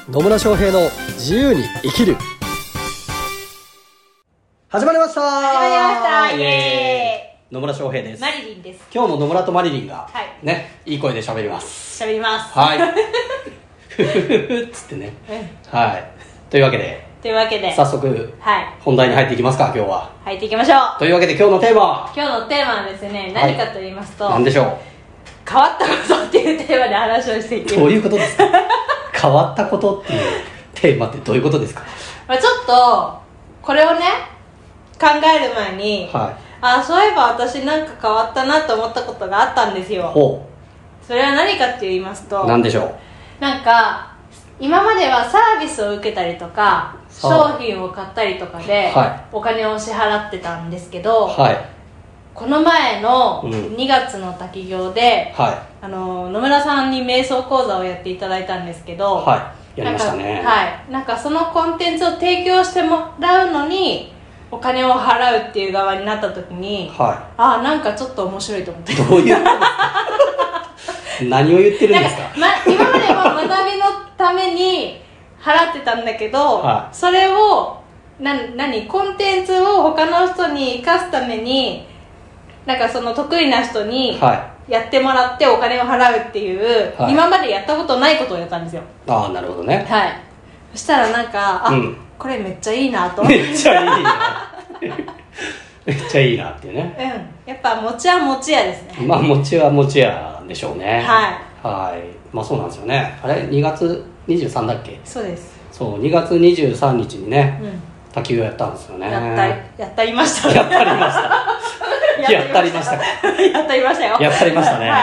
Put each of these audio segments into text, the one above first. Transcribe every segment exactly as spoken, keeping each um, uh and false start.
野村翔平の自由に生きる。始まりました始まりましたイエーイ。野村翔平です。 マリリンです。 今日も野村とマリリンが、 はい、 ね、いい声で喋ります。 喋ります。 はいふふふっつってね、うん、はい。というわけでというわけで早速、はい、本題に入っていきますか。今日は入っていきましょう。 というわけで今日のテーマ今日のテーマはですね、何かと言いますと、 はい、何でしょう。 変わったことっていうテーマで話をしていきます。 どういうことですか変わったことっていうテーマってどういうことですか。 まあ、ちょっとこれをね考える前に、はい、あ、そういえば私なんか変わったなと思ったことがあったんですよ。ほう。それは何かって言いますと、 何でしょう。 なんか今まではサービスを受けたりとか商品を買ったりとかでお金を支払ってたんですけど、はい、この前のにがつの滝行で、うん、はい、あの野村さんに瞑想講座をやっていただいたんですけど、はい、やりましたね。はい、なんかそのコンテンツを提供してもらうのにお金を払うっていう側になった時に、はい、あ、なんかちょっと面白いと思って。どういうことですか何を言ってるんですか。 ま、今までは学びのために払ってたんだけど、はい、それをな何コンテンツを他の人に生かすためになんかその得意な人にやってもらってお金を払うっていう、はい、今までやったことないことをやったんですよ。 ああ、なるほどね。はい。 そしたらなんかあ、うん、これめっちゃいいなと思って。 めっちゃいいなめっちゃいいなっていうね。うん。やっぱ餅は餅屋ですね。 まあ餅は餅屋でしょうね。はい。はい。まあそうなんですよね。あれにがつにじゅうさんだっけ。 そうです。 そうにがつにじゅうさんにちにね、うん、滝行やったんですよね。 やったやったりました。 やったりましたやったりましたやったりましたよ。 やったりましたね。はい。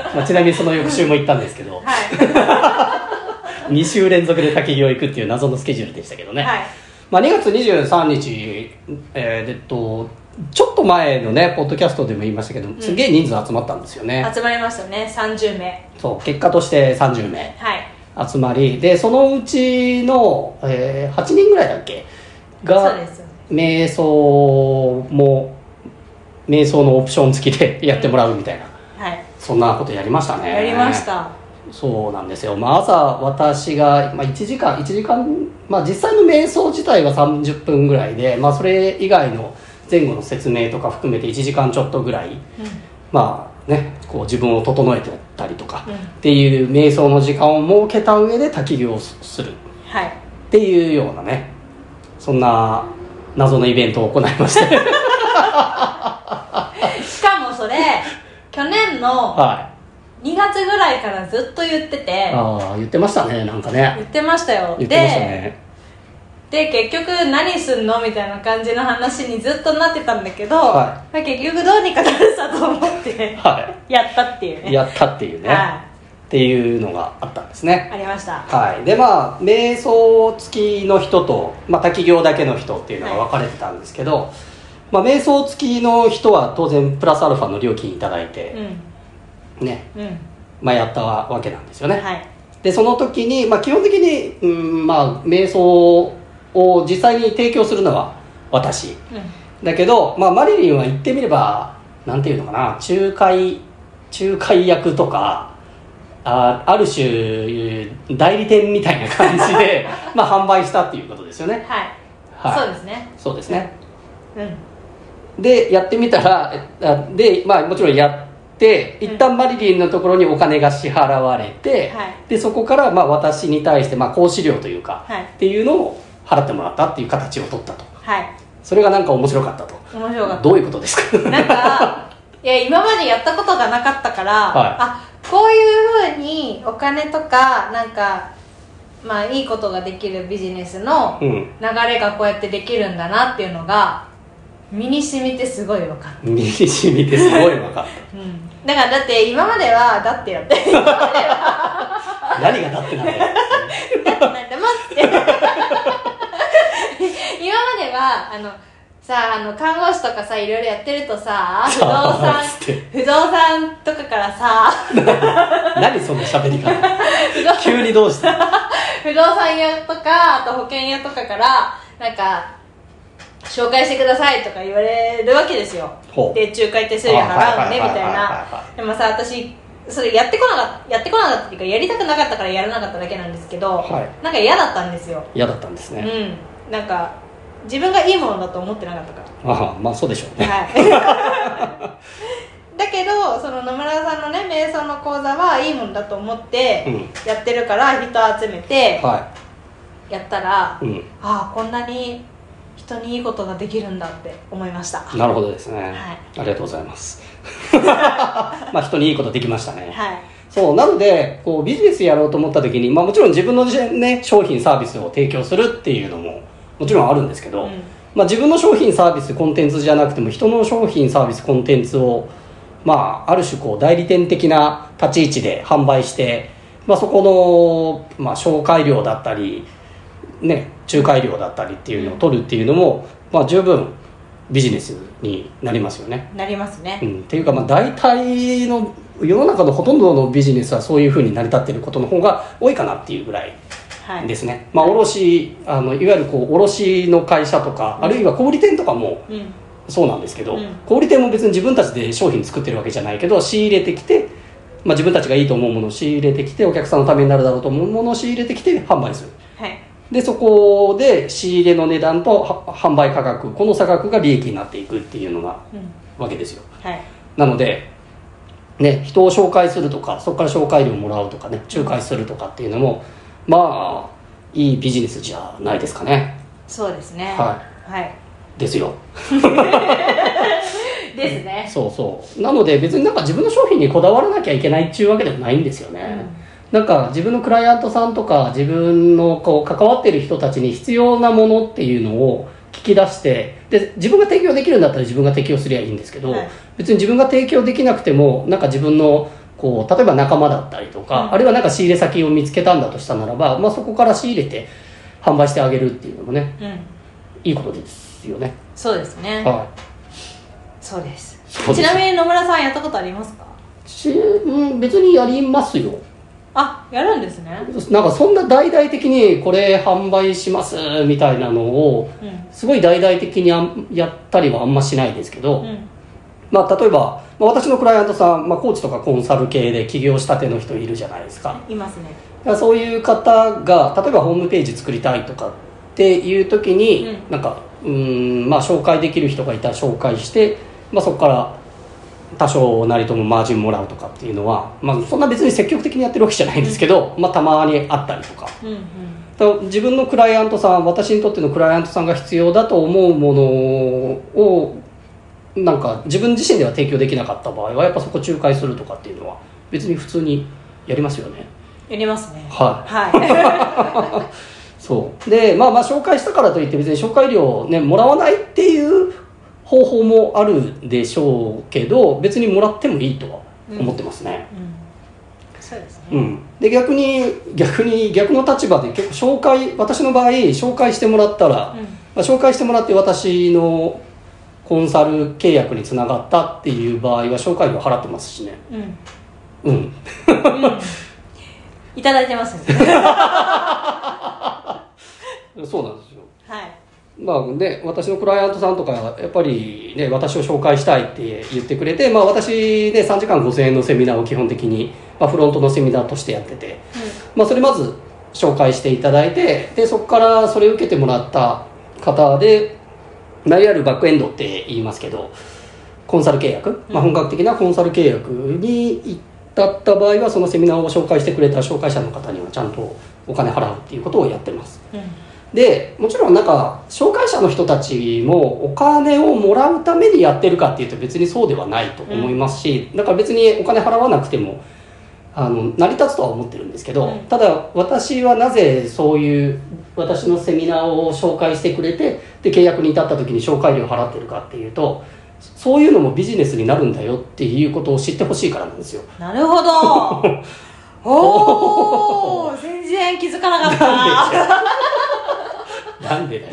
まあ、ちなみにその翌週も行ったんですけど、はい、にしゅう連続で滝行行くっていう謎のスケジュールでしたけどね。はい。まあ、にがつにじゅうさんにち、えー、えっとちょっと前のねポッドキャストでも言いましたけど、うん、すげえ人数集まったんですよね。 集まりましたね。さんじゅうめい。 そう、結果としてさんじゅうめい集まり、はい、でそのうちの、えー、はちにんぐらいだっけが瞑想も瞑想のオプション付きでやってもらうみたいな、うん、はい、そんなことやりましたね。 やりました。 そうなんですよ。まあ、朝私が、まあ、いちじかんいちじかん、まあ、実際の瞑想自体はさんじゅっぷんぐらいで、まあ、それ以外の前後の説明とか含めていちじかんちょっとぐらい、うん、まあね、こう自分を整えてたりとか、うん、っていう瞑想の時間を設けた上で滝行をする、はい、っていうようなね、そんな謎のイベントを行いましたしかもそれ去年のにがつぐらいからずっと言ってて、はい、 ああ言ってましたね。なんかね言ってましたよ。 言ってましたね。 で結局何すんのみたいな感じの話にずっとなってたんだけど、はい、結局どうにかなるさと思って、はい、やったっていうねやったっていうね、はい、っていうのがあったんですね。 ありました。 はい。でまあ瞑想付きの人と、まあ、滝行だけの人っていうのが分かれてたんですけど、はい、まあ、瞑想付きの人は当然プラスアルファの料金いただいて、うん、ね、うん、まあ、やったわけなんですよね。はい。でその時に、まあ、基本的に、うん、まあ瞑想を実際に提供するのは私、うん、だけど、まあ、マリリンは言ってみればなんていうのかな、仲介仲介役とか あ, ある種代理店みたいな感じでまあ販売したっていうことですよね。 はい、はい、そうですね。 そうですね、 うん、 でやってみたらで、まあ、もちろんやって一旦マリリンのところにお金が支払われて、はい、でそこからまあ私に対してまあ講師料というか、はい、っていうのを払ってもらったっていう形を取ったと。はい。それがなんか面白かったと。 面白かった。 どういうことですか。 なんかいや今までやったことがなかったから、はい、あ、こういう風にお金とかなんかまあいいことができるビジネスの流れがこうやってできるんだなっていうのが身に染みてすごい分かった。 身に染みてすごい分かった。 うん。だからだって今まではだってやって今までは何がだってなんだよ。だってなんだ待って今まではあのさあ、あの看護師とかさいろいろやってるとさ不動産不動産とかからさ何その喋り方急にどうした不動産屋とかあと保険屋とかからなんか紹介してくださいとか言われるわけですよ。で仲介手数料払うのねみたいな。でもさ私それやってこなかったやってこなかったっていうかやりたくなかったからやらなかっただけなんですけど、はい、なんか嫌だったんですよ。 嫌だったんですね。 うん、なんか自分がいいものだと思ってなかったから。 ああ、まあそうでしょうね。はいだけどその野村さんのね瞑想の講座はいいものだと思ってやってるから、人集めてやったら、うん、ああこんなに人にいいことができるんだって思いました。 なるほどですね、はい、ありがとうございますまあ人にいいことできましたね。はい、そうなのでこうビジネスやろうと思った時に、まあ、もちろん自分の、ね、商品サービスを提供するっていうのももちろんあるんですけど、うん、まあ、自分の商品サービスコンテンツじゃなくても人の商品サービスコンテンツをまあ、ある種こう代理店的な立ち位置で販売して、まあ、そこの、まあ、紹介料だったり、ね、仲介料だったりっていうのを取るっていうのも、まあ、十分ビジネスになりますよね。 なりますね、 うん、っていうか、まあ、大体の世の中のほとんどのビジネスはそういうふうに成り立っていることの方が多いかなっていうぐらいですね。はい、まあ、卸あのいわゆるこう卸の会社とか、うん、あるいは小売店とかも、うん、そうなんですけど、うん、小売店も別に自分たちで商品作ってるわけじゃないけど仕入れてきて、まあ、自分たちがいいと思うものを仕入れてきてお客さんのためになるだろうと思うものを仕入れてきて販売する、はい、でそこで仕入れの値段と販売価格この差額が利益になっていくっていうのが、うん、わけですよ、はい、なので、ね、人を紹介するとかそこから紹介料もらうとかね仲介するとかっていうのも、うん、まあいいビジネスじゃないですかね。 そうですね、 はい、はい、ですよですね。 そうそうなので別になんか自分の商品にこだわらなきゃいけないっていうわけでもないんですよね、うん、なんか自分のクライアントさんとか自分のこう関わっている人たちに必要なものっていうのを聞き出してで自分が提供できるんだったら自分が提供すりゃいいんですけど、はい、別に自分が提供できなくてもなんか自分のこう例えば仲間だったりとか、うん、あるいはなんか仕入れ先を見つけたんだとしたならば、まあ、そこから仕入れて販売してあげるっていうのもね、うん、いいことですよね。 そうですね、はい、そうです。ちなみに野村さんやったことありますか？ し、うん、別にやりますよ。 あ、やるんですね。 なんかそんな大々的にこれ販売しますみたいなのを、うん、すごい大々的にやったりはあんましないですけど、うん、まあ、例えば、まあ、私のクライアントさん、まあ、コーチとかコンサル系で起業したての人いるじゃないですか。 いますね。 そういう方が例えばホームページ作りたいとかっていう時に、うん、なんかうーん、まあ、紹介できる人がいたら紹介して、まあ、そこから多少なりともマージンもらうとかっていうのは、まあ、そんな別に積極的にやってるわけじゃないんですけど、うん、まあ、たまにあったりとか、うんうん、自分のクライアントさん私にとってのクライアントさんが必要だと思うものをなんか自分自身では提供できなかった場合はやっぱそこ仲介するとかっていうのは別に普通にやりますよね。 やりますね。 はい、 はい、 そうで、まあ、まあ紹介したからといって別に紹介料を、ね、もらわないっていう方法もあるでしょうけど別にもらってもいいとは思ってますね、 うんうん、そうですね、 うん、で逆に逆に逆の立場で結構紹介私の場合紹介してもらったら、うんまあ、紹介してもらって私のコンサル契約につながったっていう場合は紹介料払ってますしね。うん、うん、うん、 いただいてますねそうなんですよ。 はい。 まあね、私のクライアントさんとかやっぱりね私を紹介したいって言ってくれて、まあ、私ねさんじかんごせんえんのセミナーを基本的に、まあ、フロントのセミナーとしてやってて、うんまあ、それまず紹介していただいてでそこからそれを受けてもらった方で、まあ、いわゆるバックエンドって言いますけどコンサル契約、まあ、本格的なコンサル契約に至った場合はそのセミナーを紹介してくれた紹介者の方にはちゃんとお金払うっていうことをやってます、うんでもちろんなんか紹介者の人たちもお金をもらうためにやってるかっていうと別にそうではないと思いますし、うん、だから別にお金払わなくてもあの成り立つとは思ってるんですけど、うん、ただ私はなぜそういう私のセミナーを紹介してくれてで契約に至った時に紹介料を払ってるかっていうとそういうのもビジネスになるんだよっていうことを知ってほしいからなんですよ。 なるほどおお全然気づかなかったなんでだよ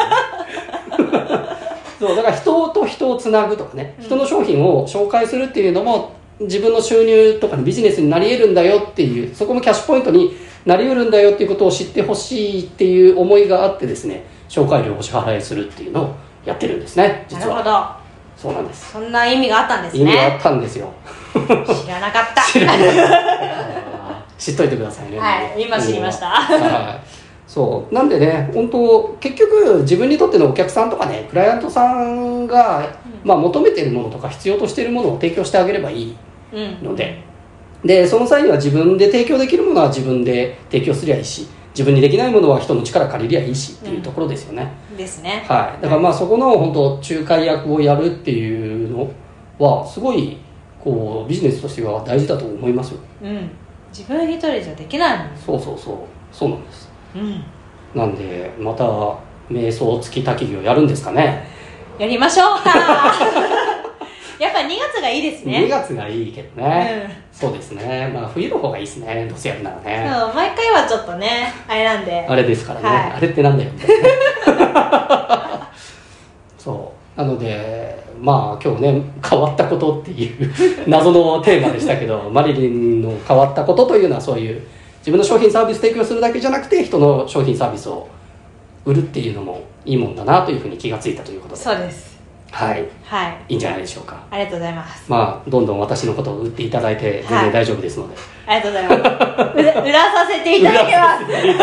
そうだから人と人をつなぐとかね、人の商品を紹介するっていうのも自分の収入とかのビジネスになり得るんだよっていうそこもキャッシュポイントになり得るんだよっていうことを知ってほしいっていう思いがあってですね紹介料をお支払いするっていうのをやってるんですね実は。 なるほどそうなんです。 そんな意味があったんですね。 意味があったんですよ。 知らなかった知らなかった知っといてくださいね。 はい、今知りました。 はい、そうなんでね、本当結局自分にとってのお客さんとかね、クライアントさんが、うん、まあ、求めているものとか必要としているものを提供してあげればいいので、うん、でその際には自分で提供できるものは自分で提供すりゃいいし、自分にできないものは人の力借りりゃいいしっていうところですよね、 うん、ですね。 はい、だからまあそこの本当仲介役をやるっていうのはすごいこうビジネスとしては大事だと思いますよ。 うん、自分一人じゃできないもん。 そうそうそう、そうなんです、 うん、 なんでまた瞑想付き滝行やるんですかね。 やりましょうかやっぱにがつがいいですね。 にがつがいいけどね、うん、そうですね。まあ冬の方がいいですね、どうせやるならね。 そう、毎回はちょっとねあれなんで、 あれですからね、はい、あれってなんだよみたいなそうなのでまあ今日ね、変わったことっていう謎のテーマでしたけどマリリンの変わったことというのは、そういう自分の商品サービス提供するだけじゃなくて、人の商品サービスを売るっていうのもいいもんだなというふうに気がついたということで、 そうです、 はい、 はい、 いいんじゃないでしょうか。 ありがとうございます。 まあどんどん私のことを売っていただいて全然大丈夫ですので、 はい、ありがとうございます売らさせていただきます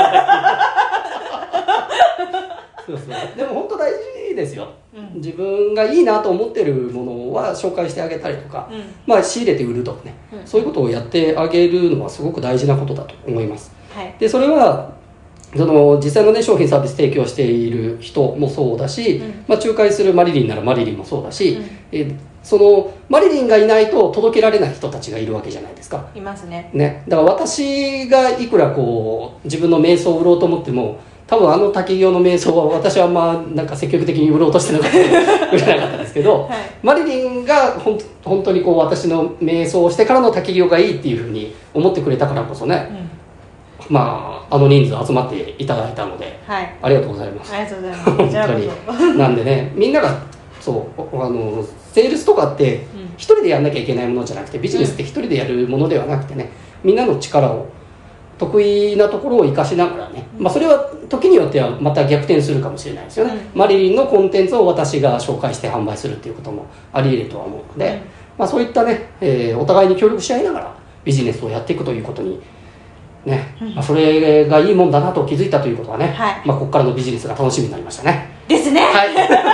そうそうでも本当大事ですよ、うん、自分がいいなと思ってるものは紹介してあげたりとか、うん、まあ仕入れて売るとかね、うん、そういうことをやってあげるのはすごく大事なことだと思います、はい、でそれはその実際の、ね、商品サービス提供している人もそうだし、うん、まあ、仲介するマリリンならマリリンもそうだし、うん、えそのマリリンがいないと届けられない人たちがいるわけじゃないですか。 いますね。 ね、だから私がいくらこう自分の瞑想を売ろうと思っても、多分あの滝行の瞑想は私はまあなんか積極的に売ろうとしてなかった売れなかったんですけど、はい、マリリンがほん本当にこう私の瞑想をしてからの滝行がいいっていうふうに思ってくれたからこそね、うん、まああの人数集まっていただいたので、はい、ありがとうございます。 ありがとうございます本当になんでね、みんながそうあのセールスとかって一人でやんなきゃいけないものじゃなくて、ビジネスって一人でやるものではなくてね、みんなの力を得意なところを生かしながらね、まあ、それは時によってはまた逆転するかもしれないですよね、うん、マリリンのコンテンツを私が紹介して販売するっていうこともあり得るとは思うので、うん、まあ、そういったね、えー、お互いに協力し合いながらビジネスをやっていくということにね、うん、まあ、それがいいもんだなと気づいたということはね、はい、まあ、ここからのビジネスが楽しみになりましたね。 ですね。 はい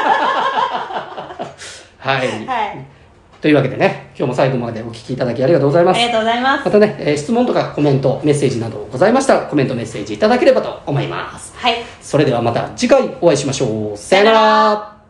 はい、はい、というわけでね、今日も最後までお聞きいただきありがとうございます。 ありがとうございます。 またね、えー、質問とかコメント、メッセージなどございましたら、コメントメッセージいただければと思います。 はい。 それではまた次回お会いしましょう。さよなら。